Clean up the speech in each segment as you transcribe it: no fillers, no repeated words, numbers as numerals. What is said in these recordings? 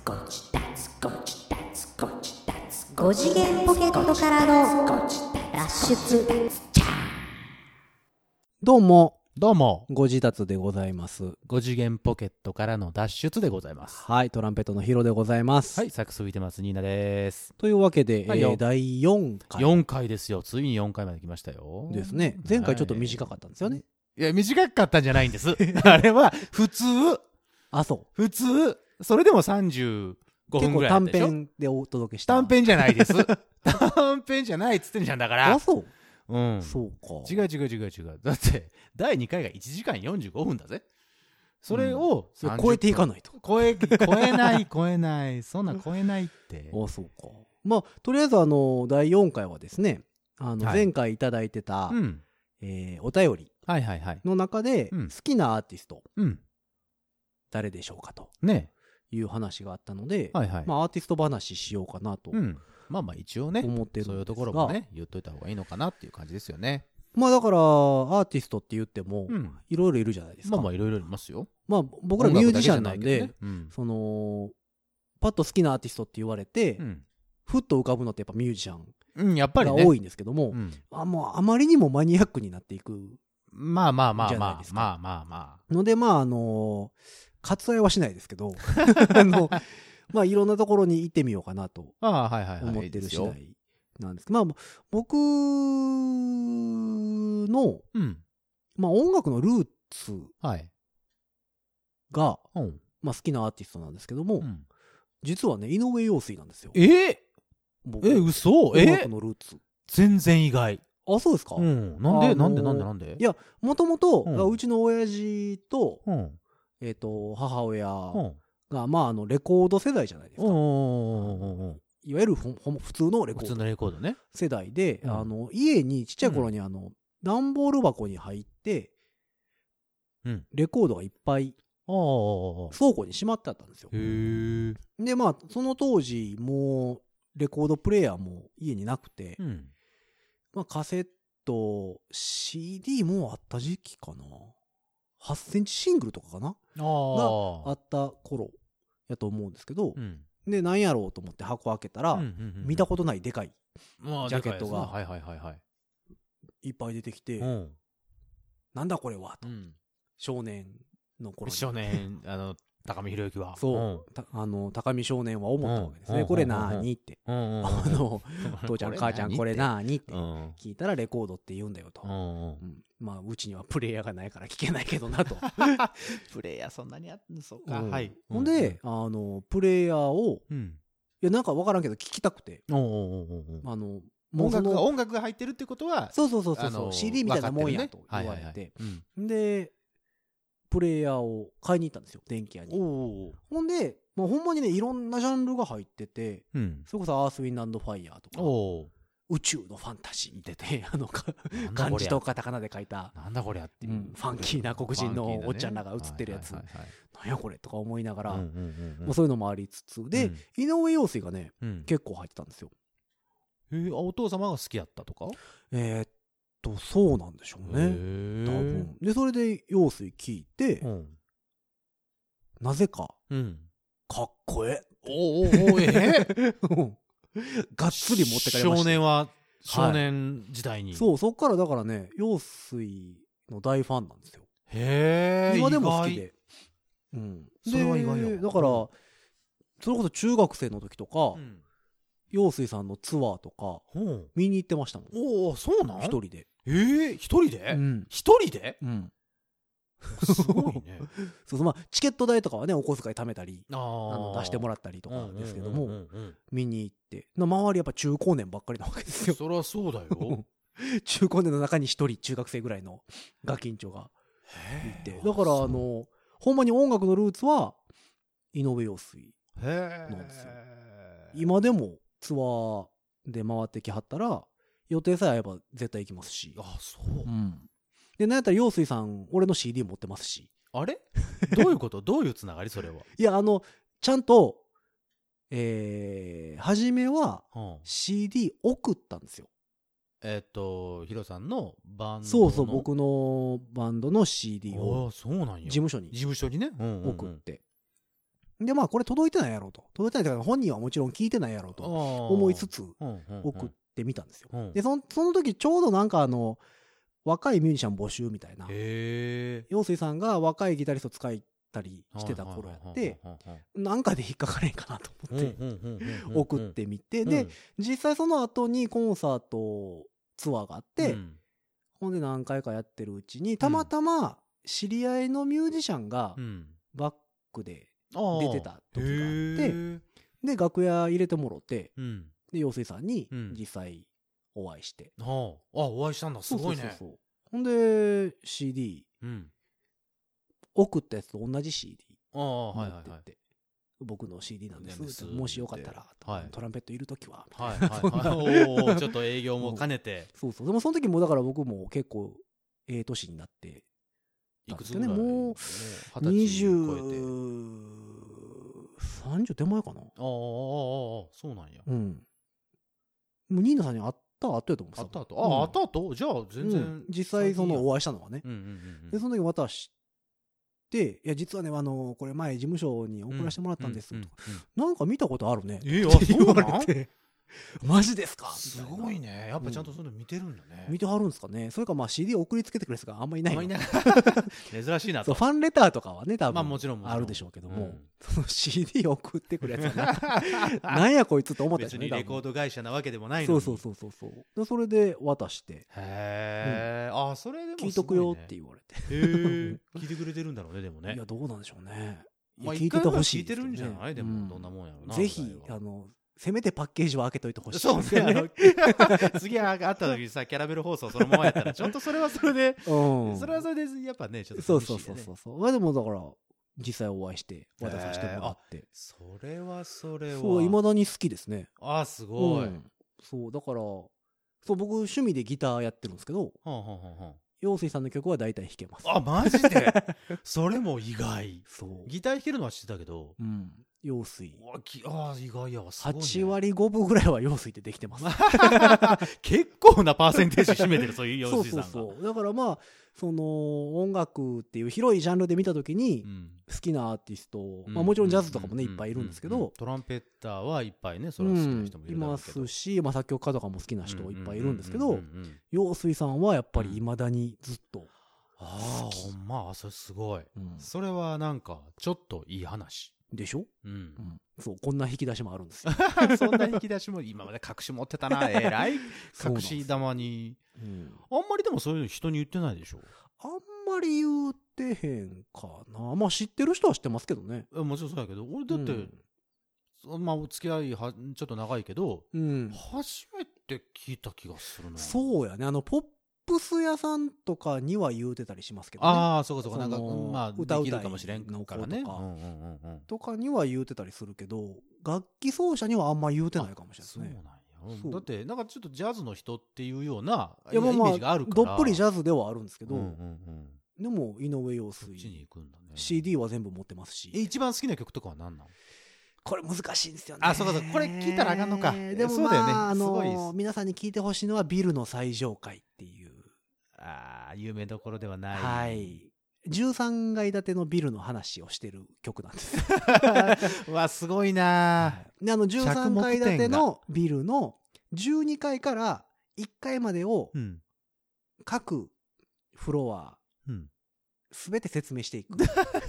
5次元ポケットからの脱出。 どうもご自達でございます。 5次元ポケットからの脱出でございます。 はい、トランペットのヒロでございます。 はい、サックス吹いてますニーナです。 というわけで、 はい、 第4回 4回ですよ。ついに4回まで来ましたよですね。前回ちょっと短かったんですよね。 いや、短かったんじゃないんですあれは普通。普通。それでも35分ぐらいだったでしょ。 結構短編でお届けした。 短編じゃないです短編じゃないっつってんじゃんだから。 そううん。 そうか。 違う。だって第2回が1時間45分だぜ。それを超えていかないと。 超えない。そんな超えないって。 そうか。まあとりあえず第4回はですね、前回いただいてた、お便りの中で、好きなアーティスト、誰でしょうかという話があったので、まあアーティスト話しようかなと。 まあ一応ね、 思ってるんですが、 そういうところもね言っといた方がいいのかなっていう感じですよね。 まあだからアーティストって言ってもいろいろいるじゃないですか。 まあいろいろいますよ。 まあ僕らミュージシャンなんで、パッと好きなアーティストって言われて、ふっと浮かぶのってやっぱミュージシャンやっぱりが多いんですけども、もうあまりにもマニアックになっていくまあじゃないですか。 まあので割愛はしないですけどまあいろんなところに行ってみようかなと思ってる次第なんですけど、まあ僕の、まあ音楽のルーツが、まあ好きなアーティストなんですけども、実はね井上陽水なんですよ。 嘘？ 音楽のルーツ全然意外。 そうですか。 なんで？ いやもともとうちの親父と母親がまあレコード世代じゃないですか。いわゆる普通のレコードね世代で、家にちっちゃい頃に段ボール箱に入ってレコードがいっぱい倉庫にしまってあったんですよ。でまあその当時もうレコードプレーヤーも家になくて、まあカセット CD もあった時期かな。8センチシングルとかかながあった頃やと思うんですけど、で何やろうと思って箱開けたら、見たことないでかいジャケットがいっぱい出てきて、なんだこれはと、少年の頃に高見宏之は高見少年は思ったわけですね。これなーにって父ちゃん母ちゃんこれなーにって聞いたらレコードって言うんだよと。まあうちにはプレイヤーがないから聞けないけどなと。 プレイヤーそんなにあってそうか。 ほんでプレイヤーをいやなんか分からんけど聞きたくて、 音楽が入ってるってことはそう CD みたいなもんやと言われて、でプレイヤーを買いに行ったんですよ電気屋に。ほんでほんまにねいろんなジャンルが入ってて、それこそアースウィンド&ファイヤーとか宇宙のファンタジー出て漢字とカタカナで書いたなんだこりゃっていう、 ファンキーな黒人のおっちゃんらが映ってるやつ、なんやこれとか思いながら、そういうのもありつつで、井上陽水がね結構入ってたんですよ。 お父様が好きだったとか？ そうなんでしょうね多分。でそれで陽水聞いて、なぜかかっこえがっつり持ってかれました。 少年時代に、 そっからだからね陽水の大ファンなんですよ。今でも好きで、 それは意外や。 だからそれこそ中学生の時とか陽水さんのツアーとか見に行ってましたもん。 そうなん？ 一人で。 一人で？一人で？すごいね。 まあチケット代とかはねお小遣い貯めたり出してもらったりとかですけども、見に行って周りやっぱ中高年ばっかりなわけですよ。 そりゃそうだよ中高年の中に一人中学生ぐらいのガキンチョがいて、だからほんまに音楽のルーツは井上陽水なんですよ。今でもツアーで回ってきはったら予定さえ合えば絶対行きますし。でなんやったら陽水さん俺の CD 持ってますし。 あれどういうこと？どういうつながりそれは？ いやちゃんと初めは CD 送ったんですよ。 ヒロさんのバンドのそう僕のバンドの CD をそうなんや。 事務所にね、 送って、 で、まあこれ届いてないやろうと。届いてないから本人はもちろん聞いてないやろうと思いつつ送ってみたんですよ。で、その時ちょうどなんか若いミュージシャン募集みたいな。陽水さんが若いギタリスト使ったりしてた頃やって、なんかで引っかかれんかなと思って送ってみて、で、実際その後にコンサートツアーがあって、ほんで何回かやってるうちに、たまたま知り合いのミュージシャンがバックで出てた時があって、で、楽屋入れてもろて、で、陽水さんに実際お会いして。 お会いしたんだ。すごいね。 そうほんで、CD、送ったやつと同じ CD 持ってって、僕の CD なんです。もしよかったら、トランペットいるときは。 ちょっと営業も兼ねて。 そう。でもその時もだから僕も結構、年になって。 いくつぐらい？ もう、20、30手前かな。 そうなんや。 もうニーナさんに会った後やと思う。 会った後じゃあ全然。 実際そのお会いしたのはね。で、その時渡して、いや、実はね、これ前事務所に送らせてもらったんです。なんか見たことあるね。って言われて。マジですか？ すごいね。やっぱちゃんとそういうの見てるんだね。 見てはるんですかね。それかまあ CD 送りつけてくれる人があんまりいない。 珍しいなと。 ファンレターとかはね、多分。 まあもちろん。 あるでしょうけども、その CD 送ってくるやつはなんやこいつと思ったんですよね。別にレコード会社なわけでもないのに。 そう。それで渡して。 それでも聞いとくよって言われて。 聞いてくれてるんだろうね、でもね。 いや、どうなんでしょうね。 聞いててほしい。聞いてるんじゃないでも、どんなもんやろうな。 ぜひ、せめてパッケージは開けといてほしい。 そうね。次会った時にさ、キャラメル放送そのままやったら、ちょっとそれはそれで、それはそれで、やっぱね、ちょっと寂しいね。 そう。まあでもだから、実際お会いして、渡させてもらって。 それは。そう、 未だに好きですね。 すごい。 そう、だから、僕趣味でギターやってるんですけど、陽水さんの曲は大体弾けます。 マジでそれも意外。ギター弾けるのは知ってたけど、 陽水。 意外やわ。 8割5分ぐらいは陽水でできてます。 結構なパーセンテージ占めてる、そういう陽水さんが。 そう。だからまあ、音楽っていう広いジャンルで見たときに、好きなアーティスト、まあもちろんジャズとかもね、いっぱいいるんですけど、 トランペッターはいっぱいね、それは好きな人もいるだろうけど。 いますし、まあ作曲家とかも好きな人いっぱいいるんですけど、陽水さんはやっぱり未だにずっと。 ほんま、それすごい。それはなんか、ちょっといい話。 でしょ？そう、こんな引き出しもあるんですよ。 そんな引き出しも今まで隠し持ってたな。えらい隠し玉に。あんまりでもそういうの人に言ってないでしょ？ あんまり言うてへんかな。まあ知ってる人は知ってますけどね。 もちろんそうだけど、俺だって、まあお付き合いちょっと長いけど、初めて聞いた気がするな。 そうやね。ポップス屋さんとかには言うてたりしますけどね。 そうか。なんか、まあ、歌うかもしれんからね。 とかには言うてたりするけど、楽器奏者にはあんま言うてないかもしれないですね。 そうなんや。だって、なんかちょっとジャズの人っていうようなイメージがあるから。 どっぷりジャズではあるんですけど、でも、井上陽水。CD は全部持ってますし。 一番好きな曲とかは何なの？ これ難しいんですよね。 そうか。これ聞いたらあかんのか。 でもまあ、皆さんに聞いてほしいのはビルの最上階っていう。 有名どころではない。 はい。13階建てのビルの話をしてる曲なんです。 すごいなで、13階建てのビルの12階から1階までを、各フロア、すべて説明していく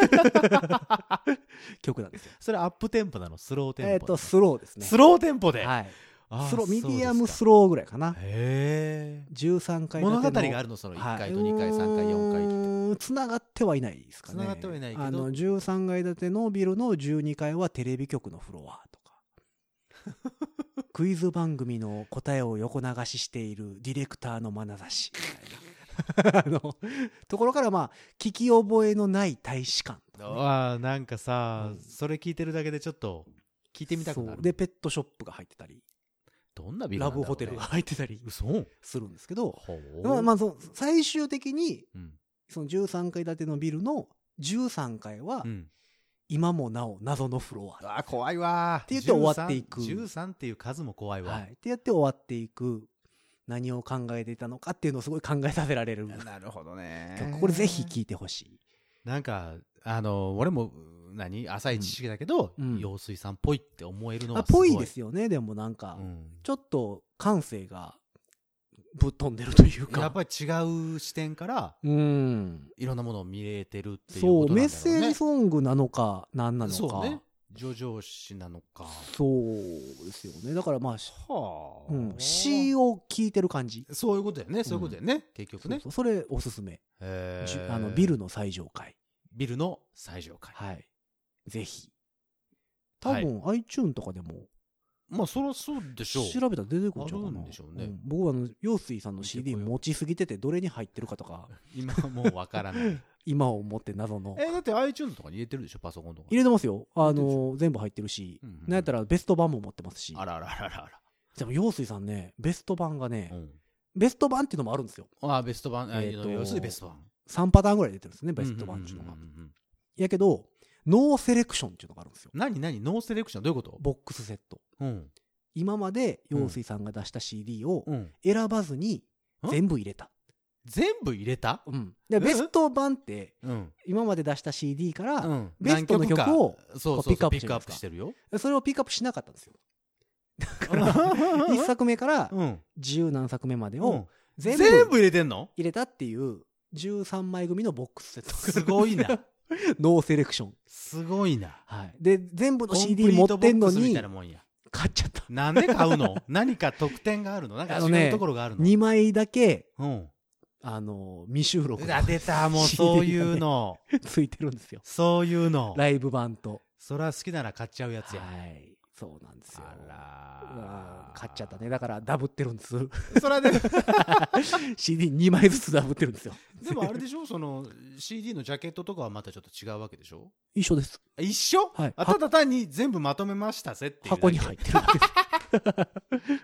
曲なんですよ。 それアップテンポなの？スローテンポ？ スローですね。 スローテンポで？ はい。ミディアムスローぐらいかな。13階建ての物語があるの？その1階と2階、3階、4階って。 繋がってはいないですかね。 繋がってはいないけど。 13階建てのビルの12階はテレビ局のフロアとか。クイズ番組の答えを横流ししているディレクターの眼差し。ところからまあ、聞き覚えのない大使館。 なんかさ、それ聞いてるだけでちょっと聞いてみたくなる。 で、ペットショップが入ってたり。 どんなビルなんだろうね。 ラブホテルが入ってたりするんですけど、最終的に、その13階建てのビルの13階は、今もなお謎のフロア。 怖いわ。 って言って終わっていく。 13っていう数も怖いわ。 って言って終わっていく。何を考えていたのかっていうのをすごい考えさせられる。 なるほどね。 これぜひ聞いてほしい。 なんか、俺も浅い知識だけど、陽水さんっぽいって思えるのはすごい。ぽいですよね、でもなんか、ちょっと感性がぶっ飛んでるというか。 やっぱり違う視点から、いろんなものを見れてるっていうことなんだろうね。そう、 メッセージソングなのか、何なのか。 そうね。叙情詩なのか。 そうですよね。だからまあ、詩を聞いてる感じ。 そういうことだよね、そういうことだよね、結局ね。 それおすすめ。ビルの最上階。 ビルの最上階。 はい。ぜひ。多分、iTunes とかでも。 まあ、そりゃそうでしょう。 調べたら出てくるんちゃうかな。 あるんでしょうね。 僕は陽水さんの CD 持ちすぎてて、どれに入ってるかとか。 今はもうわからない。 今をもって謎の。 だって iTunes とかに入れてるでしょ、パソコンとか。 入れてますよ。全部入ってるし。なんやったらベスト版も持ってますし。 あらあらあらあら。 でも陽水さんね、ベスト版がね、ベスト版っていうのもあるんですよ。 ベスト版、要するにベスト版。 3パターンぐらい出てるんですね、ベスト版っていうのが。やけど、ノーセレクションっていうのがあるんですよ。 何ノーセレクションどういうこと？ ボックスセット。今まで陽水さんが出した CD を選ばずに全部入れた。 全部入れた？ で、ベスト版って、今まで出した CD から、ベストの曲をピックアップしてるんですか。それをピックアップしなかったんですよ。だから、1作目から10何作目までを全部入れてんの？ 入れたっていう13枚組のボックスセット。 すごいな。 ノーセレクション。 すごいな。 はい。で、全部の CD 持ってんのに、買っちゃった。 なんで買うの？何か特典があるの？なんか違うところがあるの ？2枚だけ、未収録。 出た、もうそういうの。 ついてるんですよ。 そういうの。 ライブ版と。 それは好きなら買っちゃうやつや。 はい。そうなんですよ。買っちゃったね。だからダブってるんです。 それはね。 CD2 枚ずつダブってるんですよ。 でもあれでしょ、その CD のジャケットとかはまたちょっと違うわけでしょ？ 一緒です。 一緒？はい。ただ単に全部まとめましたぜっていう。 箱に入ってるわけです。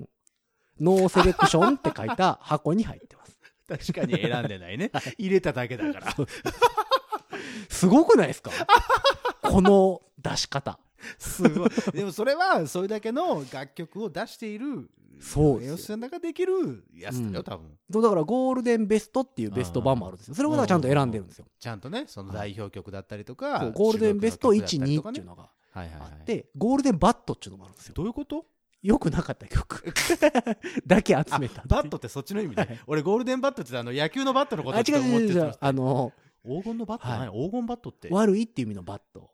ノーセレクションって書いた箱に入ってます。 確かに選んでないね。入れただけだから。 すごくないですか？この出し方。 すごい。でもそれはそれだけの楽曲を出している、 そうです。 吉さんができるやつだよ、多分。 だからゴールデンベストっていうベスト版もあるんですよ。それをちゃんと選んでるんですよ。 ちゃんとね、その代表曲だったりとか。 ゴールデンベスト1、2っていうのがあって、ゴールデンバットっていうのもあるんですよ。 どういうこと？ 良くなかった曲だけ集めた。 バットってそっちの意味で。俺ゴールデンバットって野球のバットのことって思ってた。黄金のバット？何？黄金バットって。 悪いっていう意味のバット。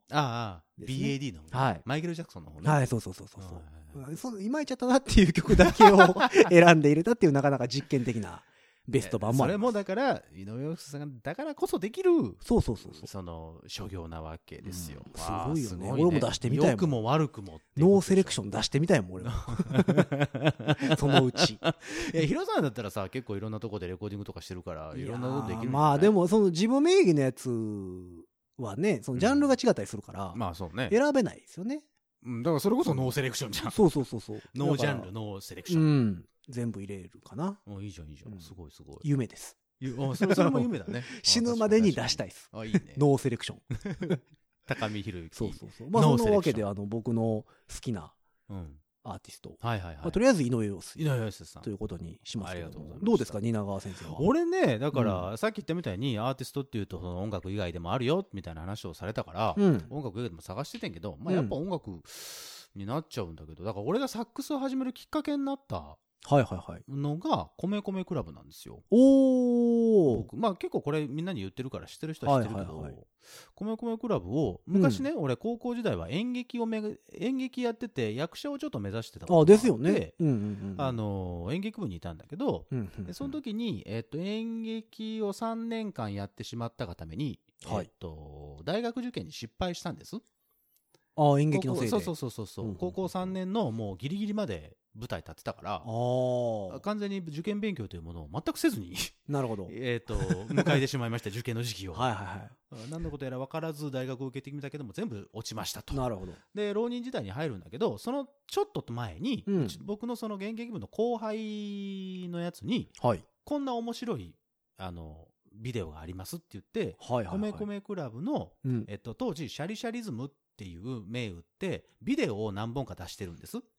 BAD の。 はい。 マイケル・ジャクソンの方ね。 はい、そう。いまいちゃったなっていう曲だけを選んで入れたっていうなかなか実験的なベスト版もある。 それもだから、井上陽水さんがだからこそできる。 そう。 その、諸行なわけですよ。 すごいよね。俺も出してみたいもん。 良くも悪くも。 ノーセレクション出してみたいもん、俺も。そのうち。 ヒロさんだったらさ、結構いろんなとこでレコーディングとかしてるから、いろんなことできる。 まあでも、その自分名義のやつはね、そのジャンルが違ったりするから、 まあそうね。 選べないですよね。 だからそれこそノーセレクションじゃん。 そう。 ノージャンル、ノーセレクション。 全部入れるかな。 いいじゃん。すごい。 夢です。 それも夢だね。 死ぬまでに出したいです。 いいね。 ノーセレクション。 高見博之。 そう。まあそのわけで僕の好きなアーティスト。とりあえず井上陽水さんということにしますけど。どうですか、蜷川先生は。 俺ね、だからさっき言ったみたいにアーティストっていうとその音楽以外でもあるよみたいな話をされたから、音楽以外でも探しててんけど、まあやっぱ音楽になっちゃうんだけど、だから俺がサックスを始めるきっかけになったのが米米クラブなんですよ。まあ結構これみんなに言ってるから知ってる人は知ってるけど、米米クラブを昔ね、俺高校時代は演劇やってて役者をちょっと目指してたことがあって、 ですよね。 演劇部にいたんだけど、その時に演劇を3年間やってしまったがために大学受験に失敗したんです。 演劇のせいで。 そう。高校3年のもうギリギリまで舞台立ってたから、完全に受験勉強というものを全くせずになるほど。 迎えてしまいました、受験の時期を。 はい。 何のことやら分からず大学を受けてみたけども全部落ちましたと。 なるほど。 で、浪人時代に入るんだけど、そのちょっと前に、僕のその演劇部の後輩のやつに、こんな面白い、ビデオがありますって言って、米米クラブの、当時シャリシャリズムっていう銘打ってビデオを何本か出してるんです。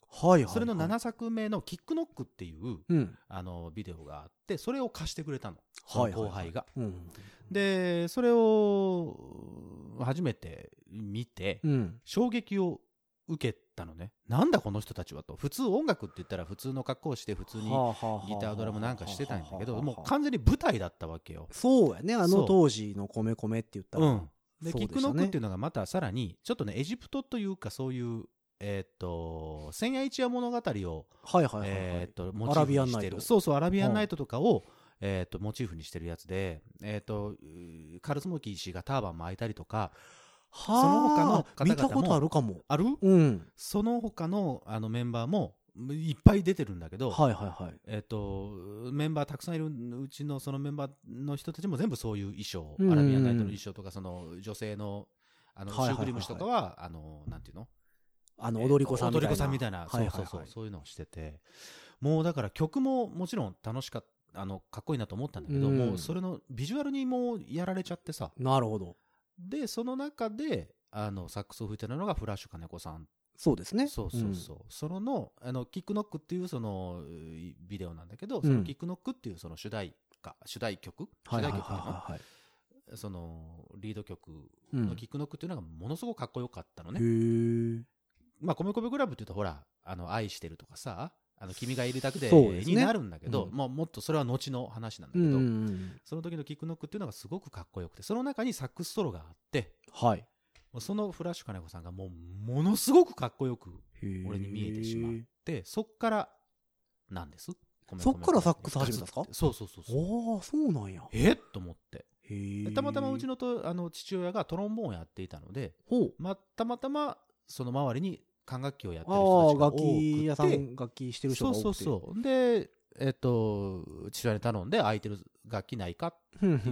それの7作目のキックノックっていう、ビデオがあって、それを貸してくれたの。後輩が。で、それを初めて見て、衝撃を受けたのね。なんだこの人たちはと。普通音楽って言ったら普通の格好をして普通にギタードラムなんかしてたんだけど、もう完全に舞台だったわけよ。 そうやね。当時の米米って言ったら。 で、キックノックっていうのがまたさらに、ちょっとね、エジプトというかそういう、千夜一夜物語を、モチーフにしてる。そうそう、アラビアンナイトとかを、モチーフにしてるやつで、カルスモキー氏がターバン巻いたりとか、その他の方々も見たことあるかも。 ある？その他のメンバーもいっぱい出てるんだけど、メンバーたくさんいるうちのそのメンバーの人たちも全部そういう衣装、アラビアンナイトの衣装とか、その女性のシュークリーム氏とかはなんていうの？ 踊り子さんみたいな、そういうのをしてて、もうだから曲ももちろん楽しかった、かっこいいなと思ったんだけど、もうそれのビジュアルにもうやられちゃってさ。 なるほど。 で、その中で、サックスを吹いてるのがフラッシュ金子さん。 そうですね。 その、キックノックっていうその、ビデオなんだけど、そのキックノックっていうその主題曲その、リード曲のキックノックっていうのがものすごくかっこよかったのね。まあ、米米クラブって言うとほら、愛してるとかさ、君がいるだけでになるんだけど、もっとそれは後の話なんだけど、その時のキックノックっていうのがすごくかっこよくて、その中にサックスソロがあって、そのフラッシュ金子さんがものすごくかっこよく俺に見えてしまって、そっからなんです。 そっからサックス始めたんですか？ そう。 ああ、そうなんや。 と思って。たまたまうちの父親がトロンボーンをやっていたので、たまたまその周りに管楽器をやってる人たちが多くて、 楽器屋さん、楽器してる人が多くて。 そうで、父親に頼んで空いてる楽器ないかって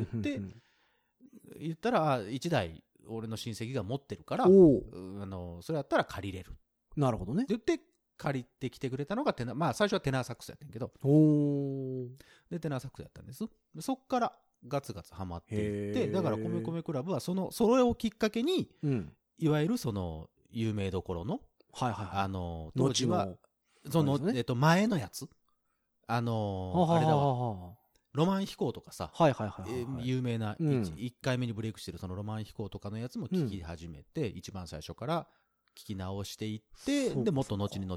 言ったら、1台俺の親戚が持ってるから、それやったら借りれる。 なるほどね。 で、借りてきてくれたのがまあ最初はテナーサックスやったんやけど、で、テナーサックスやったんです。そっからガツガツハマっていって、だから米米クラブはそれをきっかけに、いわゆるその有名どころの、当時は、その、前のやつあれだわ。ロマン飛行とかさ、有名な、1回目にブレイクしてるそのロマン飛行とかのやつも聞き始めて、一番最初から聞き直していって、で、もっと後に。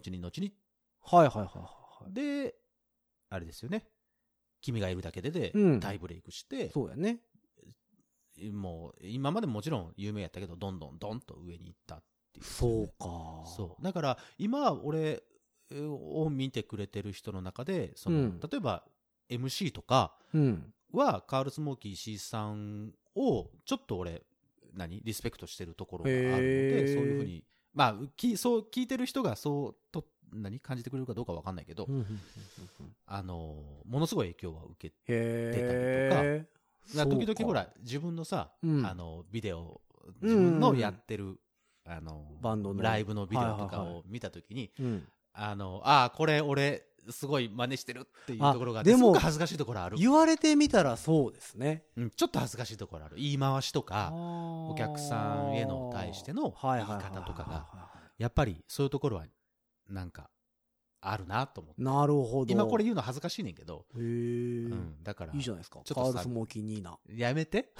で、あれですよね。君がいるだけで大ブレイクして、 そうやね。 もう、今までもちろん有名やったけど、どんどんと上に行ったっていう。 そうか。 そう。だから、今、俺を見てくれてる人の中で、例えば、MC とかは、カール・スモーキー C さんを、ちょっと俺、リスペクトしてるところがあるので、そういうふうに、まあ、そう聞いてる人が感じてくれるかどうかわかんないけど、ものすごい影響は受けてたりとか、時々ほら、自分のさ、ビデオ、自分のやってる、 バンドのライブのビデオとかを見たときに、これ俺、すごい真似してるっていうところがあって、すごく恥ずかしいところある。 言われてみたらそうですね。 ちょっと恥ずかしいところある。言い回しとか、お客さんへの対しての言い方とかが、やっぱりそういうところは、なんか、あるなと思って。 なるほど。 今これ言うの恥ずかしいねんけど。だから。 いいじゃないですか。カールスモーキーニーナ。 やめて。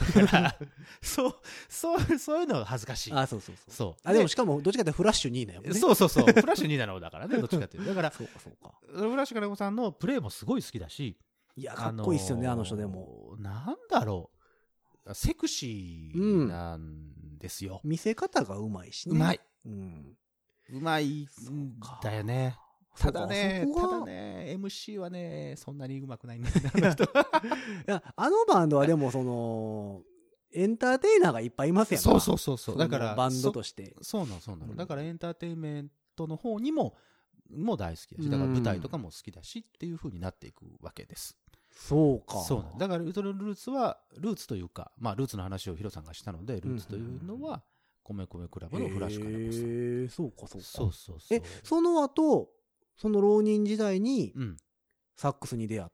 そういうの恥ずかしい。 そう。でもしかも、どっちかってフラッシュニーナやもんね。 そう。フラッシュニーナの方だからね、どっちかっていう。だから、フラッシュ金子さんのプレイもすごい好きだし。 いや、かっこいいっすよね、あの人でも。 なんだろう。セクシーなんですよ。 見せ方がうまいしね。 うまい。うまいんだよね。ただね、MC はね、そんなに上手くないんだよね、 いや、あのバンドはでも、エンターテイナーがいっぱいいますやんか。 そう。だから、 バンドとして。 そうなの。だからエンターテインメントの方にも大好きだし、だから舞台とかも好きだしっていう風になっていくわけです。 そうか。 そうなんだから、そのルーツというか、まあ、ルーツの話をヒロさんがしたので、ルーツというのは、米米クラブのフラッシュ金子さん。 そうか。 そう。 その後、その浪人時代に、サックスに出会った。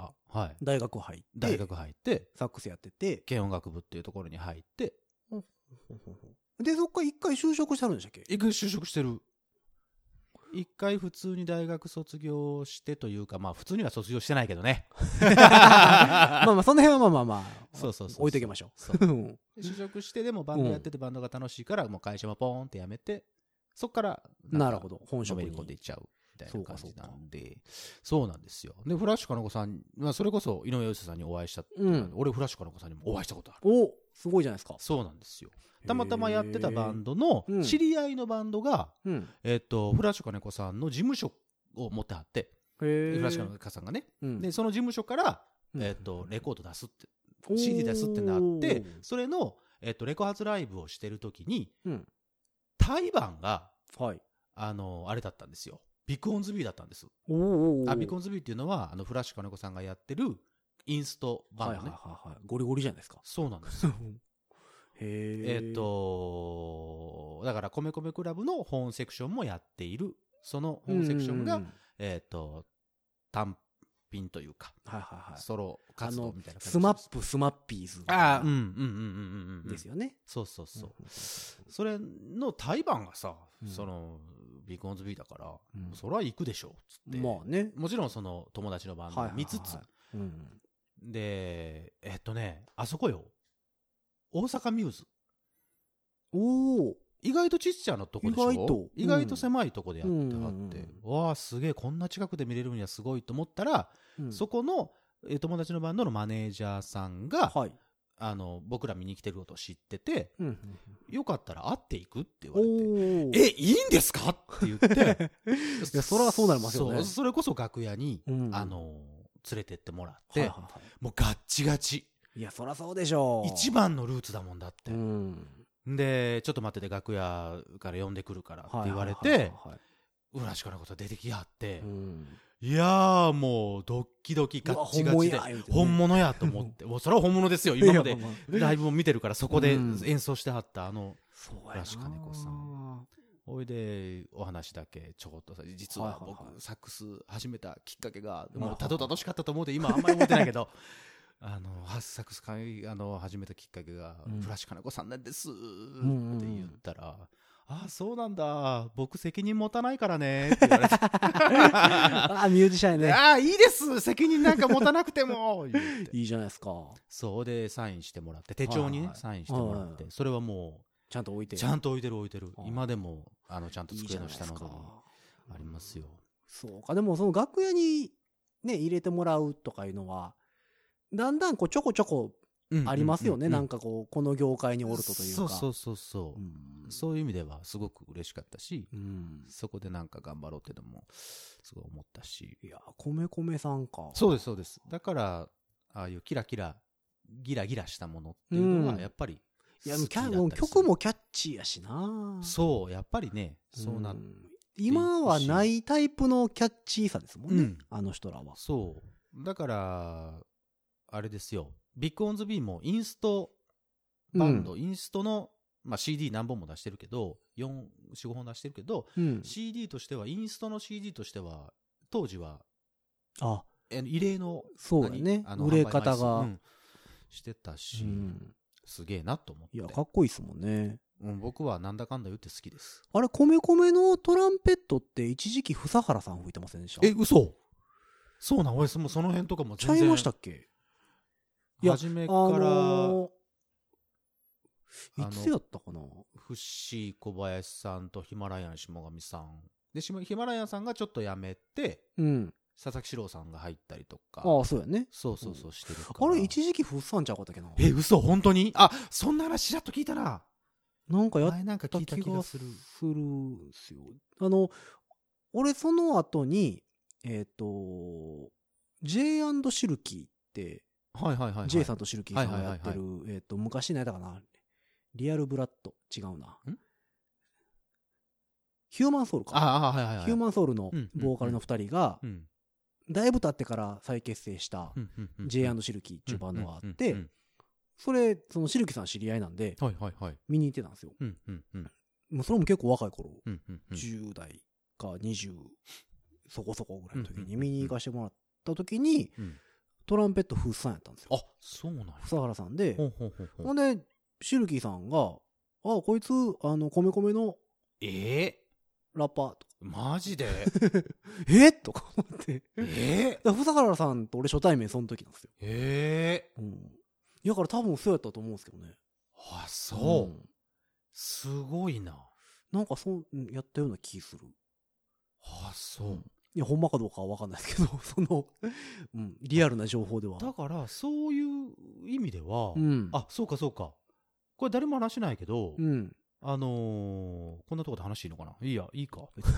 はい。 大学入って、サックスやってて、 軽音楽部っていうところに入って、 で、そっから一回就職してるんでしたっけ？ 就職してる。 一回普通に大学卒業してというか、まあ普通には卒業してないけどね。 まあまあ、その辺はまあ、 そう置いときましょう。 就職してでもバンドやっててバンドが楽しいから、もう会社もポーンって辞めて、そっから、 なるほど、本職にのめり込んでいっちゃう。みたいな感じなんで、そうなんですよ。で、フラッシュ金子さん、まあ、それこそ井上陽水さんにお会いしたって、俺、フラッシュ金子さんにもお会いしたことある。 お、すごいじゃないですか。 そうなんですよ。たまたまやってたバンドの、知り合いのバンドが、フラッシュ金子さんの事務所を持ってはって、フラッシュ金子さんがね、で、その事務所から、レコード出すって、CD 出すってなって、それの、レコ発ライブをしてるときに、対バンが、あれだったんですよ。ビッグオンズビーだったんです。ビッグオンズビーっていうのは、フラッシュ金子さんがやってるインストバンドね。 ゴリゴリじゃないですか。 そうなんですよ。だから、米米クラブのホーンセクションもやっている。そのホーンセクションが、単品というか、ソロ活動みたいな感じ。 スマップ、スマッピーズ。ですよね。 そうそうそう。それの対バンがさ、その、ビッグオンズビーだから、それは行くでしょ、つって。 まあね。 もちろんその友達のバンドを見つつ。で、あそこよ。大阪ミューズ。意外とちっちゃなとこでしょ。意外と狭いとこでやってはって。わあ、すげえ、こんな近くで見れるにはすごいと思ったら、そこの友達のバンドのマネージャーさんが、僕ら見に来てることを知ってて、よかったら会っていくって言われて、いいんですかって言って、 いや、それはそうなりますよね。 それこそ楽屋に、連れてってもらって、もうガッチガチ。 いや、そりゃそうでしょう。 一番のルーツだもんだって。で、ちょっと待ってて、楽屋から呼んでくるからって言われて、フラッシュ金子さん出てきはって、いやーもうドッキドキガッチガチで本物やと思って、もうそれは本物ですよ。今までライブも見てるから、そこで演奏してはったフラッシュ金子さん。おいでお話だけちょこっとさ、実は僕サックス始めたきっかけがもうたどたどしかったと思うて今あんまり覚えてないけど、サックス始めたきっかけがフラッシュ金子さんなんですって言ったら、ああ、そうなんだ。僕責任持たないからね。って言われて。 ああ、ミュージシャンね。 ああ、いいです。責任なんか持たなくても。 いいじゃないですか。 そうで、サインしてもらって、手帳にね、サインしてもらって、それはもう、 ちゃんと置いてる。 ちゃんと置いてる。今でも、ちゃんと机の下の方にありますよ。 そうか。でも、その楽屋にね、入れてもらうとかいうのは、だんだんこうちょこちょこ、ありますよね。なんかこう、この業界におるというか。 そう。そういう意味ではすごく嬉しかったし、そこでなんか頑張ろうってのもすごい思ったし。 いや、米さんか。 そうです。だから、ああいうキラギラしたものっていうのはやっぱりいや、曲もキャッチーやしな。 そう、やっぱりね、そうな今はないタイプのキャッチーさですもんね。あの人らは。 そう。だから、あれですよ。ビッグオンズビーもインストバンド、インストの、まあ、CD 何本も出してるけど、4、5本出してるけど、CD としては、インストの CD としては、当時は、異例の、 そうだね、売れ方が、 してたし、すげえなと思って。 いや、かっこいいっすもんね。 僕はなんだかんだ言って好きです。 あれ、米のトランペットって一時期、房原さん吹いてませんでした？ 嘘？そうなん？俺、その辺とかも全然。 ちゃいましたっけ？ 初めから、 いつやったかな？ フッシー小林さんとヒマラヤン下上さん。で、ヒマラヤンさんがちょっと辞めて、佐々木史郎さんが入ったりとか。 ああ、そうやね。 そうしてるから。 あれ、一時期フッサンちゃうかったっけな？ 嘘？本当に？あ、そんな話ちらっと聞いたな。 なんかやった気がする。 するんすよ。俺その後に、J& シルキーって、J さんとシルキーさんがやってる、昔のやったかな、リアルブラッド、違うな。ヒューマンソウルか。ヒューマンソウルのボーカルの2人が、だいぶ経ってから再結成した J& シルキーっていうバンドがあって、そのシルキーさん知り合いなんで、見に行ってたんですよ。それも結構若い頃、10代か20そこそこぐらいの時に見に行かせてもらった時に、トランペットフッサンやったんですよ。 あ、そうなんや。 房原さんで、ほんで、シルキーさんが、こいつ、米の、ラッパーとか、 マジでとか思って。福原さんと俺初対面その時なんですよ。だから多分そうやったと思うんですけどね。 あ、そう。すごいな。 なんかやったような気する。 あ、そう。 いや、ほんまかどうかは分かんないですけど、リアルな情報では。 だから、そういう意味では、あ、そうかそうか。これ誰も話しないけど、こんなとこで話していいのかな。いいか。フ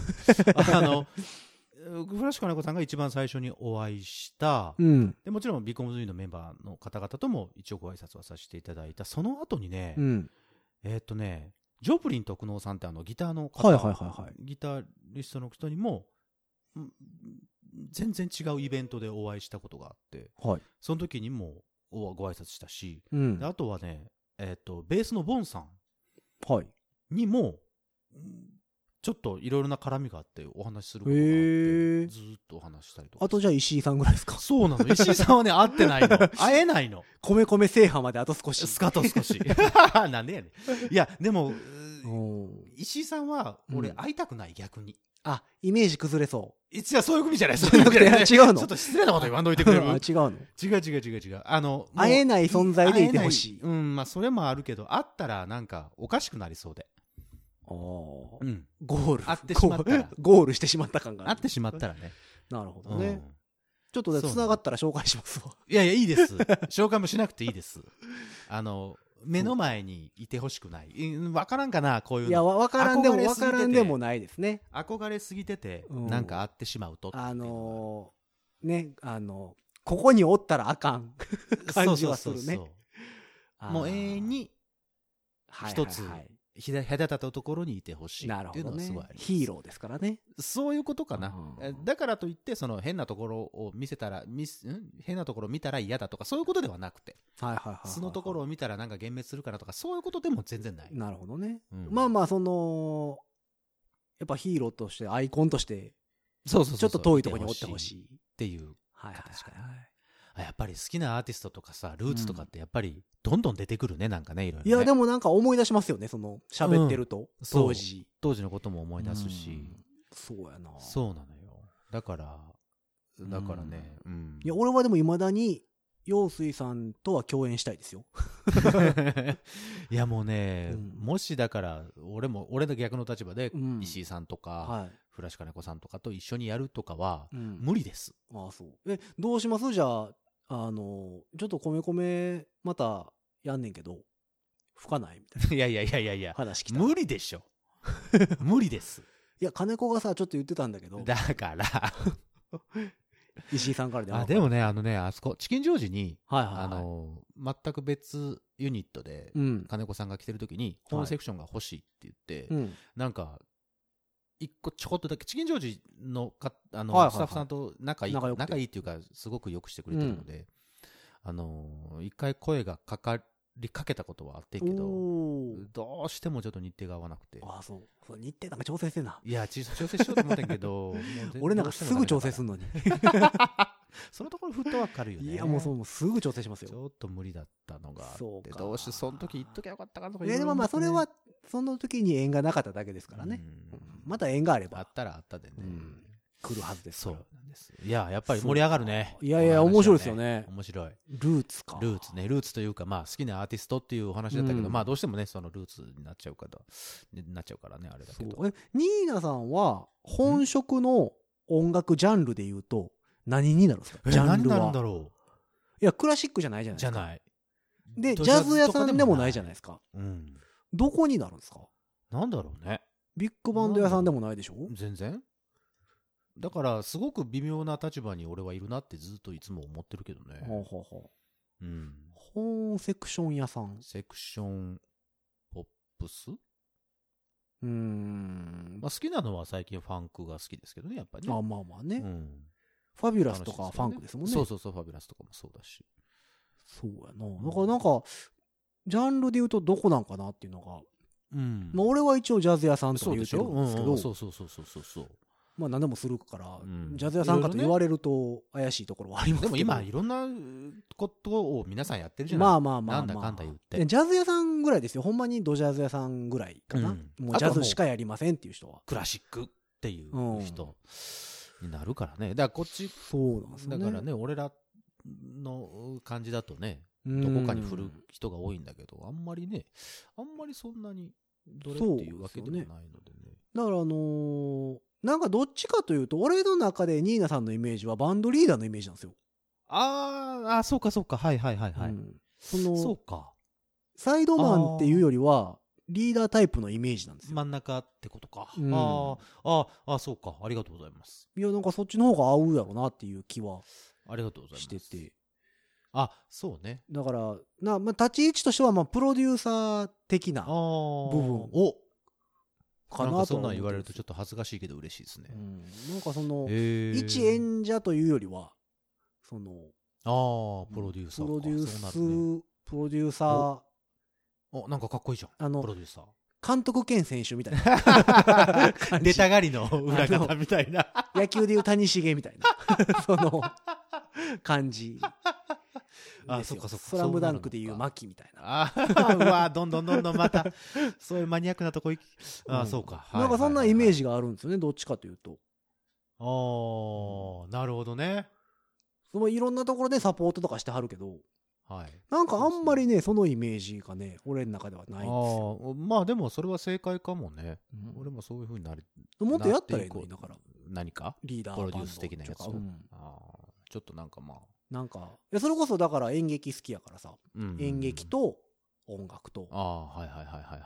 ラッシュ金子さんが一番最初にお会いした、でもちろんビコムズイのメンバーの方々とも一応ご挨拶はさせていただいた、その後にね、ジョプリン徳能さんってギターの方、ギタリストの人にも、全然違うイベントでお会いしたことがあって、その時にもご挨拶したし、あとはね、ベースのボンさんにも、ちょっといろいろな絡みがあってお話しすることがあって、ずーっとお話したりとか。 あとじゃあ石井さんぐらいですか？ そうなの。石井さんはね、会ってないの。会えないの。 米制覇まであと少し。 あと少し。なんでやねん。いや、でも、石井さんは俺会いたくない、逆に。 あ、イメージ崩れそう。 いや、そういう意味じゃない。 そういう意味じゃない。違うの？ ちょっと失礼なこと言わんといてくれる？ 違うの？ 違う。 会えない存在でいてほしい。 まあそれもあるけど、会ったらなんかおかしくなりそうで。 ゴール。 会ってしまったら。 ゴールしてしまった感がある。 会ってしまったらね。 なるほどね。ちょっと繋がったら紹介しますわ。 いや、いいです。紹介もしなくていいです。目の前にいてほしくない。わからんかな、こういうの。 いや、わからんでもないですね。 憧れすぎてて、なんか会ってしまうと。 ね、ここにおったらあかん感じはするね。 もう永遠に一つ隔たったところにいてほしいっていうのはすごいあります。 ヒーローですからね。 そういうことかな。だからといってその変なところを変なところを見たら嫌だとかそういうことではなくて、素のところを見たらなんか幻滅するかなとかそういうことでも全然ない。 なるほどね。まあまあやっぱヒーローとしてアイコンとしてちょっと遠いところにおってほしいっていう形かな。やっぱり好きなアーティストとかさ、ルーツとかってやっぱりどんどん出てくるね、なんかね、いろいろね。 いや、でもなんか思い出しますよね、喋ってると。当時のことも思い出すし。 そうやな。 そうなのよ。だからね。 いや、俺はでも未だに、陽水さんとは共演したいですよ。 いやもうね、もしだから、俺の逆の立場で、石井さんとか、フラッシュ金子さんとかと一緒にやるとかは、無理です。 ああ、そう。どうします？じゃあ、ちょっと米またやんねんけど、吹かないみたいな。 いや。 話来た。 無理でしょ。無理です。 いや、金子がさ、ちょっと言ってたんだけど。 だから。 石井さんからでもね、あそこ、チキンジョージに、全く別ユニットで、金子さんが来てる時に、ホームセクションが欲しいって言って、なんか、一個ちょこっとだけ、チキンジョージのスタッフさんと仲いいっていうか、すごくよくしてくれてるので、一回声がかけたことはあってんけど、どうしてもちょっと日程が合わなくて。 ああ、そう。日程なんか調整せな。 いや、調整しようと思ったんけど、 俺なんかすぐ調整すんのに。 そのところフットワーク軽いよね。 いや、もうすぐ調整しますよ。 ちょっと無理だったのがあって、どうしてその時言っときゃよかったかとか。 でもまあ、それは、その時に縁がなかっただけですからね。また縁があれば。 あったらあったでね。 来るはずです。 そうなんです。いや、やっぱり盛り上がるね。 いや、面白いですよね。 面白い。 ルーツか。 ルーツというか、まあ、好きなアーティストっていうお話だったけど、まあ、どうしてもね、そのルーツになっちゃうからね、あれだけど。 ニーナさんは、本職の音楽ジャンルで言うと、何になるんですか？ジャンルは。 何になるんだろう。 いや、クラシックじゃないじゃないですか。 じゃない。 で、ジャズ屋さんでもないじゃないですか。どこになるんですか？ なんだろうね。 ビッグバンド屋さんでもないでしょ？ 全然。だからすごく微妙な立場に俺はいるなってずっといつも思ってるけどね。 本セクション屋さん。 セクションポップス？まあ好きなのは最近ファンクが好きですけどね、やっぱりね。 まあね。ファビュラスとかファンクですもんね。 そう、ファビュラスとかもそうだし。 そうやな。だからなんか、ジャンルで言うとどこなんかなっていうのが。まあ俺は一応ジャズ屋さんとか言うてるんですけど。 そう。 まあ何でもするから、ジャズ屋さんかと言われると怪しいところはありますけど。 でも今いろんなことを皆さんやってるじゃない。 まあ。 なんだかんだ言って。 ジャズ屋さんぐらいですよ。ほんまにドジャズ屋さんぐらいかな。もうジャズしかやりませんっていう人は。 クラシック。 っていう人になるからね。だからこっち、 そうなんですね。 だからね、俺らの感じだとね、どこかに振る人が多いんだけど、あんまりそんなにどれっていうわけでもないのでね。 だからなんかどっちかというと、俺の中でニーナさんのイメージはバンドリーダーのイメージなんですよ。 そうかそうか、はいはいはいはい。そうか。 サイドマンっていうよりは、リーダータイプのイメージなんですよ。 真ん中ってことか。そうか。ありがとうございます。 いや、なんかそっちの方が合うやろなっていう気はありがとうございます。 してて。 そうね。 だから、立ち位置としては、プロデューサー的な部分かなと。 そんなん言われるとちょっと恥ずかしいけど嬉しいですね。 なんか一演者というよりは、 プロデューサー。 プロデューサー。なんかかっこいいじゃん。プロデューサー。 監督兼選手みたいな。 出たがりの裏方みたいな。 野球でいう谷繁みたいな。その感じ。 そっかそっか。 スラムダンクでいう牧みたいな。 うわどんどんまた、そういうマニアックなとこそうか。 なんかそんなイメージがあるんですよね、どっちかというと。 なるほどね。 いろんなところでサポートとかしてはるけど、 はい、 なんかあんまりね、そのイメージがね、俺の中ではないんですよ。 まあでもそれは正解かもね。俺もそういう風になる。 もっとやったらいいのに、だから。 何かリーダープロデュース的なやつ。ちょっとなんかなんか、それこそだから演劇好きやからさ、演劇と音楽と。 はい。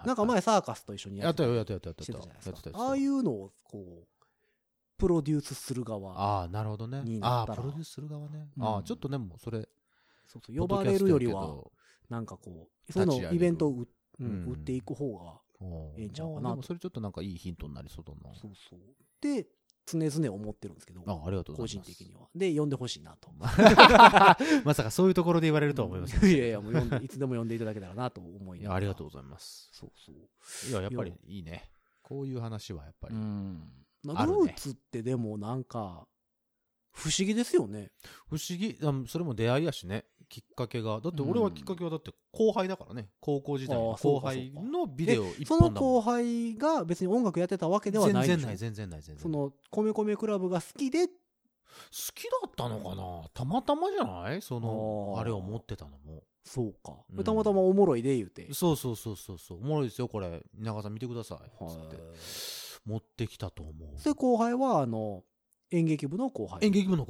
なんか前サーカスと一緒にやったよ。 ああいうのをプロデュースする側。 なるほどね。 になったら。 プロデュースする側ね。ちょっとね、もうそれ。 そう呼ばれるよりは、なんかそのイベントを売っていく方がええんちゃうかな。でもそれちょっとなんかいいヒントになりそうだな。 そう。で、常々思ってるんですけど、 ありがとうございます。 個人的には。で、呼んでほしいなと。 まさかそういうところで言われるとは思いません。 いや、もういつでも呼んでいただけたらなと思いながら。 ありがとうございます。 そう。 いや、やっぱりいいね。こういう話はやっぱり。ルーツってでもなんか、不思議ですよね。 不思議。それも出会いやしね。きっかけが。だって俺はきっかけはだって後輩だからね。高校時代の後輩のビデオ一本だもん。 その後輩が別に音楽やってたわけではない。 全然ない。 その、米米クラブが好きで。 好きだったのかな、たまたまじゃないあれを持ってたのも。 そうか。たまたまおもろいで言うて。 そう。おもろいですよ、これ。稲川さん見てください。つって。持ってきたと思う。 で、後輩は、演劇部の後輩。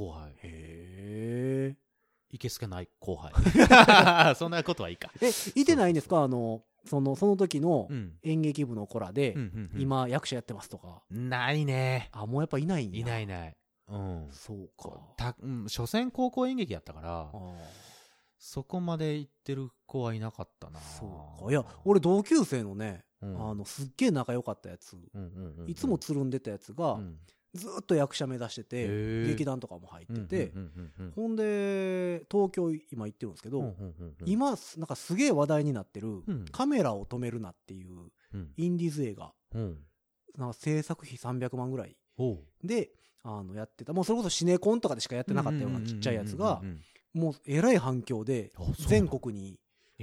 へー。いけすけない後輩。そんなことはいいか。 いてないんですかその時の演劇部の子らで、今役者やってますとか。 ないね。 もうやっぱいないんや。 いない。 そうか。 所詮高校演劇やったから、そこまで行ってる子はいなかったな。 そうか。いや、俺同級生のね、すっげえ仲良かったやつ、いつもつるんでたやつが、ずっと役者目指してて、劇団とかも入ってて、ほんで、東京今行ってるんですけど、今、なんかすげえ話題になってる、カメラを止めるなっていう、インディーズ映画、なんか制作費300万ぐらいで、やってた、もうそれこそシネコンとかでしかやってなかったようなちっちゃいやつが、もうえらい反響で、全国に、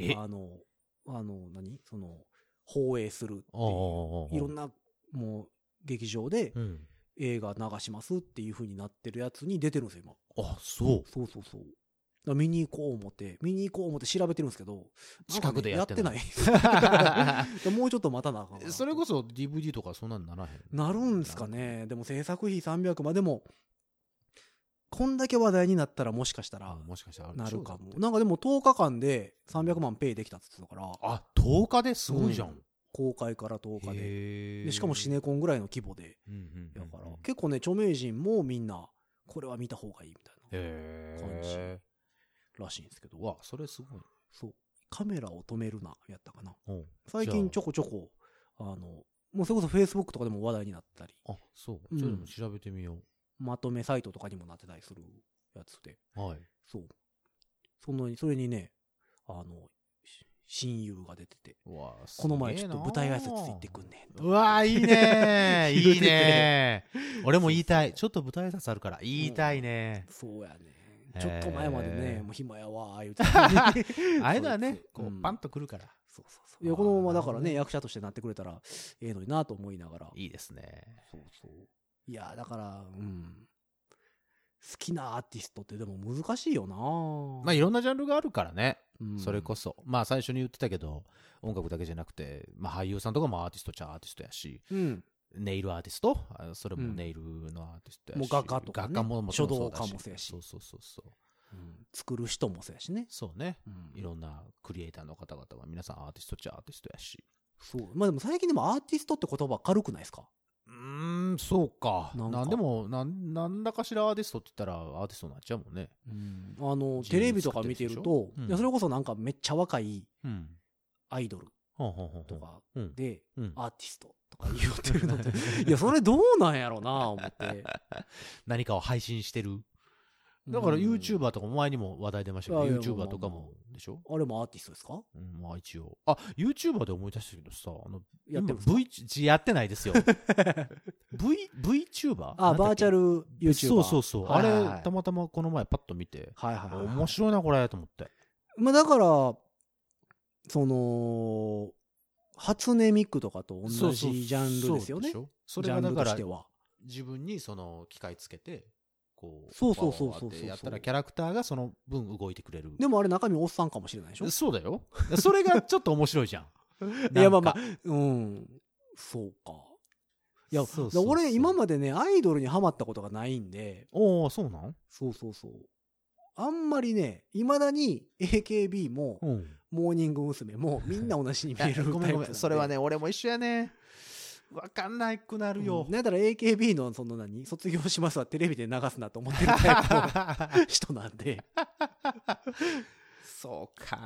放映するっていう、いろんな、もう、劇場で、映画流しますっていう風になってるやつに出てるんですよ、今。 そう。 見に行こう思って調べてるんですけど、 近くでやってない。 もうちょっと待たなあかん。 それこそ DVD とかそんなんならへん。 なるんですかね。でも制作費300万でも、こんだけ話題になったらもしかしたらなるかも。なんかでも10日間で300万ペイできたって言ってたから。 10日ですごいじゃん。 公開から10日でしかもシネコンぐらいの規模で、だから結構ね、著名人もみんなこれは見た方がいいみたいな感じらしいんですけど、 それすごい。 そうカメラを止めるなやったかな。最近ちょこちょこもうそれこそフェイスブックとかでも話題になったり、 そう、ちょっと調べてみよう。 まとめサイトとかにもなってたりするやつで、そうそれにね、親友が出てて、この前ちょっと舞台挨拶行ってくんねん。 うわー、いいねいいね俺も言いたい。ちょっと舞台挨拶あるから言いたいね。 そうやね。ちょっと前までね、もう暇やわー言うてああいうのはね、パンとくるから。 いや、このままだからね、役者としてなってくれたらええのになと思いながら。 いいですね。 いや、だから、好きなアーティストってでも難しいよな。 まあいろんなジャンルがあるからね。それこそ。まあ最初に言ってたけど、音楽だけじゃなくて、まあ俳優さんとかもアーティストっちゃアーティストやし、ネイルアーティスト、それもネイルのアーティストやし、 もう画家とか、ね、 画家も書道家もそうやし。 そうそうそうそう。 作る人もそうやしね。 そうね、いろんなクリエイターの方々は皆さんアーティストっちゃアーティストやし。 そう。まあでも最近でもアーティストって言葉軽くないですか？ そうか。でも、なんだかしらアーティストって言ったらアーティストになっちゃうもんね。 テレビとか見てると、それこそなんかめっちゃ若いアイドルとかで、アーティストとか言ってるので、いや、それどうなんやろな、思って。 何かを配信してる。だから YouTuber とか前にも話題出ましたけど、YouTuber とかもでしょ？ あれもアーティストですか？ まあ一応。YouTuber で思い出したけどさ、 やってるやってないですよ。VTuber？ バーチャル YouTuber。 そう。あれ、たまたまこの前パッと見て、面白いな、これ、と思って。 まあだから、初音ミクとかと同じジャンルですよね。 それがだから、自分にその機械つけて、 そうやったらキャラクターがその分動いてくれる。 でもあれ中身おっさんかもしれないでしょ？ そうだよ。それがちょっと面白いじゃん。 いや、まあ、そうか。いや、俺今までね、アイドルにハマったことがないんで。 そうなん？ そう。あんまりね、未だに AKB も、モーニング娘。もみんな同じに見えるタイプ。 ごめん。それはね、俺も一緒やね。わかんなくなるよ。 だから AKB の卒業しますはテレビで流すなと思ってるタイプの人なんで。 そうか。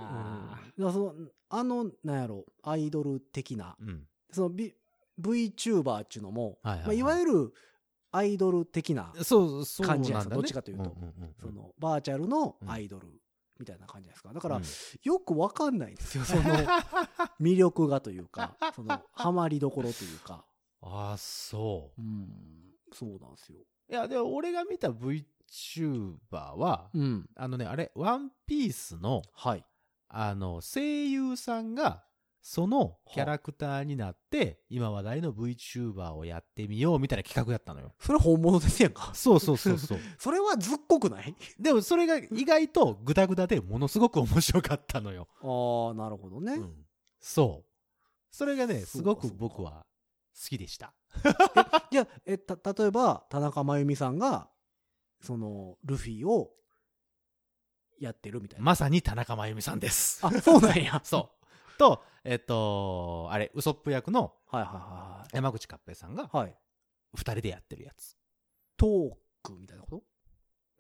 なんやろ、アイドル的な、VTuber っていうのも、いわゆるアイドル的な感じなんですか、どっちかというと。バーチャルのアイドルみたいな感じですか。だから、よくわかんないんですよ、その魅力がというか、ハマりどころというか。 そう。 そうなんですよ。 いや、でも俺が見た VTuber は、あれ、ワンピースの、声優さんが、そのキャラクターになって、今話題の VTuber をやってみようみたいな企画やったのよ。 それ本物ですやんか。 そう。 それはずっこくない？ でもそれが意外とグダグダでものすごく面白かったのよ。 なるほどね。 そう。それがね、すごく僕は好きでした。 じゃあ、例えば、田中真由美さんが、ルフィをやってるみたいな。 まさに田中真由美さんです。 そうなんや。 そう。と、あれ、ウソップ役の山口勝平さんが、二人でやってるやつ。 トークみたいなこと？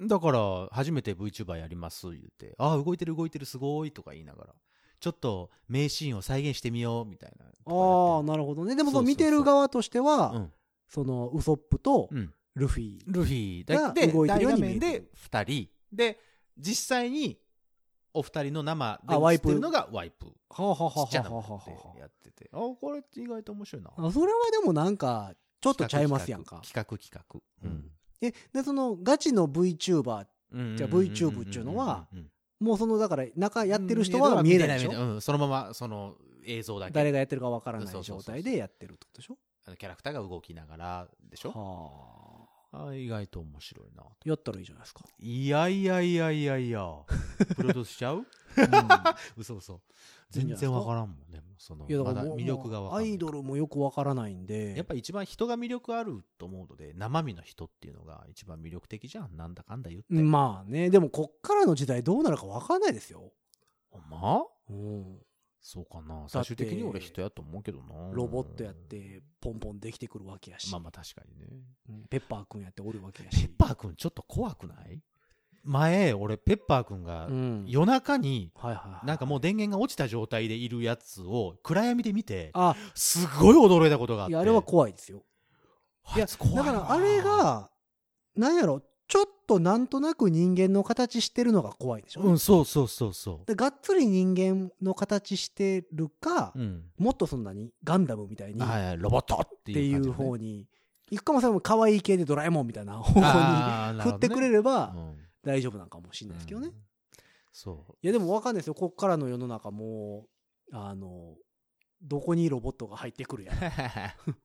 だから、初めて VTuber やります言って、動いてるすごいとか言いながら、ちょっと名シーンを再現してみようみたいな。 なるほどね。でも見てる側としては、ウソップとルフィが動いてるように見える。 で、二人。で、実際に、お二人の生で映ってるのがワイプ。ちっちゃなのでやってて。これ意外と面白いな。 それはでもなんか、ちょっとちゃいますやんか。 企画。 で、ガチの VTuber、じゃあ VTube っていうのは、もうだから中やってる人は見えないでしょ？ そのまま、映像だけ。 誰がやってるかわからない状態でやってるってことでしょ？ キャラクターが動きながらでしょ？意外と面白いな。 やったらいいじゃないですか。 いや。プロデュースしちゃう？嘘。全然わからんもんね。まだ魅力がわからない。 アイドルもよくわからないんで。 やっぱ一番人が魅力あると思うので、生身の人っていうのが一番魅力的じゃん。なんだかんだ言って。 まあね、でもこっからの時代どうなるかわかんないですよ。 ほんま？そうかな。最終的に俺人やと思うけどな。 ロボットやってポンポンできてくるわけやし。 まあ確かにね。 ペッパーくんやっておるわけやし。 ペッパーくんちょっと怖くない？前、俺、ペッパーくんが夜中に、なんかもう電源が落ちた状態でいるやつを暗闇で見て、すごい驚いたことがあって。 いや、あれは怖いですよ。いや、だからあれが、なんやろ、ちょっとなんとなく人間の形してるのが怖いでしょ？ そう。 で、がっつり人間の形してるか、もっとガンダムみたいに、 ロボットっていう方に、いくかもしれない可愛い系でドラえもんみたいな方に振ってくれれば、大丈夫なんかもしれないですけどね。いやでも分かんないですよ。こっからの世の中もどこにロボットが入ってくるやん。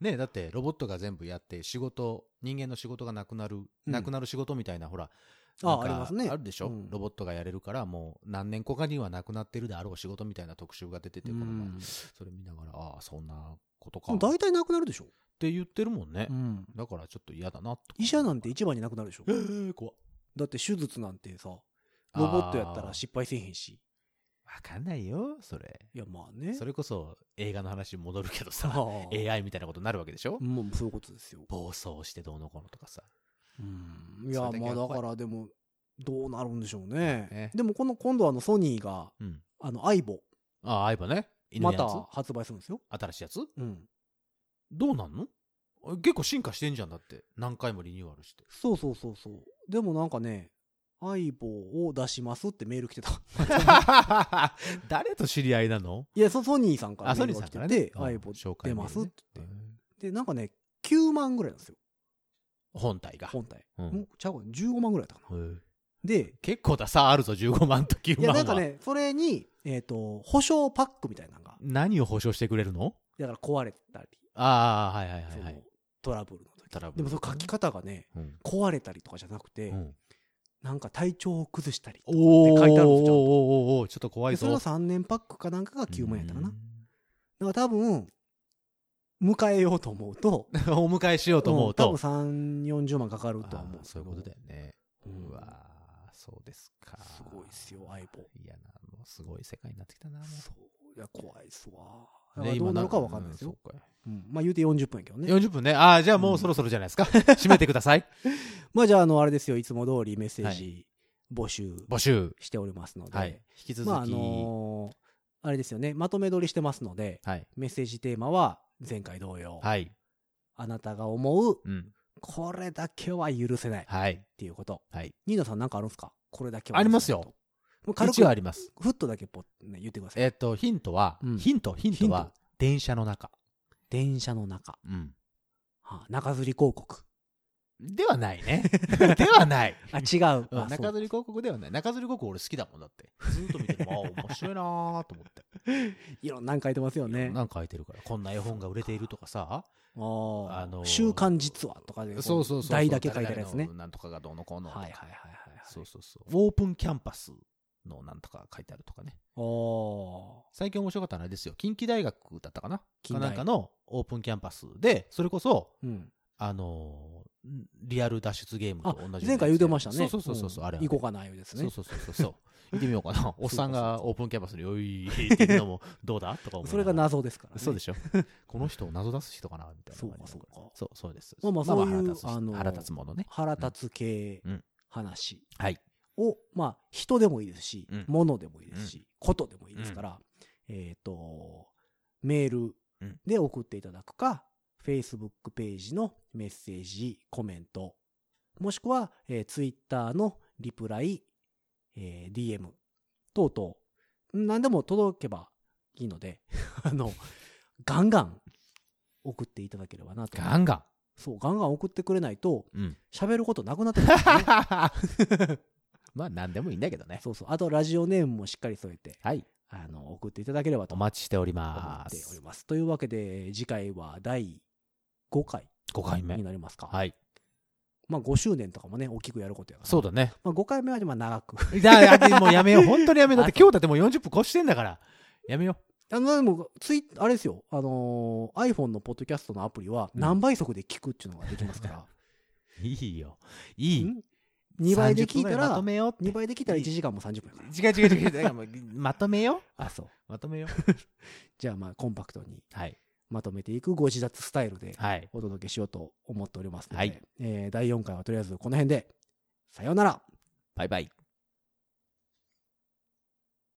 ね、だってロボットが全部やって人間の仕事がなくなる仕事みたいな、ほら、 ありますね。 あるでしょ、ロボットがやれるから、もう何年後かにはなくなってるであろう仕事みたいな特集が出てて、この前それ見ながら、そんなことか。 大体なくなるでしょって言ってるもんね。だからちょっと嫌だなと。 医者なんて一番になくなるでしょ。 怖っ。 だって手術なんてさ、ロボットやったら失敗せえへんし。 わかんないよ、それ。 いや、まあね。 それこそ映画の話に戻るけどさ、AI みたいなことになるわけでしょ。 もうそういうことですよ。 暴走してどうのこうのとかさ。 いや、まあだからでも、どうなるんでしょうね。でも今度ソニーが、相棒。 相棒ね。 また発売するんですよ。 新しいやつ？どうなんの？結構進化してんじゃん、だって。何回もリニューアルして。 そう。でもなんかね、相棒を出しますってメール来てた。 誰と知り合いなの？ いや、ソニーさんからメールが来てて、相棒出ますって言って。で、なんかね、9万ぐらいなんですよ。 本体が。 ちゃうか、15万ぐらいだったかな。で、 結構差あるぞ、15万と9万は。 いや、なんかね、それに、保証パックみたいなのが。 何を保証してくれるの？ だから壊れたり。 はい。 トラブルの時。でもその書き方がね、壊れたりとかじゃなくて、なんか体調を崩したりとかって書いてあるんですよ。 ちょっと怖いぞ。 それの3年パックかなんかが9万円やったかな。だから多分、迎えようと思うと。 お迎えしようと思うと。 多分3、40万かかるとは思う。 そういうことだよね。うわそうですか。 すごいっすよ、相棒。 いやな、もうすごい世界になってきたな。 そう。いや、怖いっすわ。どうなるかわかんないですよ。まあ言うて40分やけどね。 40分ね。じゃあもうそろそろじゃないですか。締めてください。 まあじゃあ、あれですよ、いつも通りメッセージ募集しておりますので。 引き続き。 あれですよね、まとめ撮りしてますので、メッセージテーマは前回同様。あなたが思う、これだけは許せないっていうこと。ニーナさんなんかあるんですか？これだけは。 ありますよ。軽くあります。 ふっとだけ言ってください。 ヒントは、電車の中。 電車の中。中吊り広告。 ではないね。ではない。 違う。 中吊り広告ではない。中吊り広告俺好きだもんだって。ずっと見てても、面白いなーと思って。 いろんな書いてますよね。 なんか書いてるから。こんな絵本が売れているとかさ。 週刊実話とかで、題だけ書いてあるやつね。 なんとかがどうのこうの。 はい。 そう。オープンキャンパスのなんとか書いてあるとかね。最近面白かったのはあれですよ。近畿大学だったかななんかのオープンキャンパスで、それこそ、リアル脱出ゲームと同じ。 前回言うてましたね。 そう。あれ。 行こうかな、いうですね。 そう。行ってみようかな。おっさんがオープンキャンパスにおいっていうのもどうだとか思う。 それが謎ですからね。 そうでしょ。この人を謎出す人かなみたいな。そうです。 まあそういう腹立つものね。 腹立つ系話を、まあ人でもいいですし、物でもいいですし、ことでもいいですから、メールで送っていただくか、Facebook ページのメッセージ、コメント、もしくは、Twitter のリプライ、DM 等々、何でも届けばいいので、ガンガン送っていただければなと。 ガンガンそう、ガンガン送ってくれないと、喋ることなくなってくるんですね。 まあ、何でもいいんだけどね。 そう。あと、ラジオネームもしっかり添えて、送っていただければと。 お待ちしております。 というわけで、次回は第5回目になりますか。まあ5周年とかもね、大きくやることやから。 そうだね。 まあ5回目はまあ長く。 もうやめよう。本当にやめよう。だって今日だってもう40分越してんだから。やめよう。 でも、あれですよ。iPhone のポッドキャストのアプリは何倍速で聞くっていうのができますから。 いいよ。いい。 2倍で聞いたら、 2 倍で聞いたら1時間も30分やから。 違う。まとめよう。 そう。 まとめよう。 じゃあまあコンパクトに。まとめていくご自立スタイルでお届けしようと思っておりますので、第4回はとりあえずこの辺で、さようなら。 バイバイ。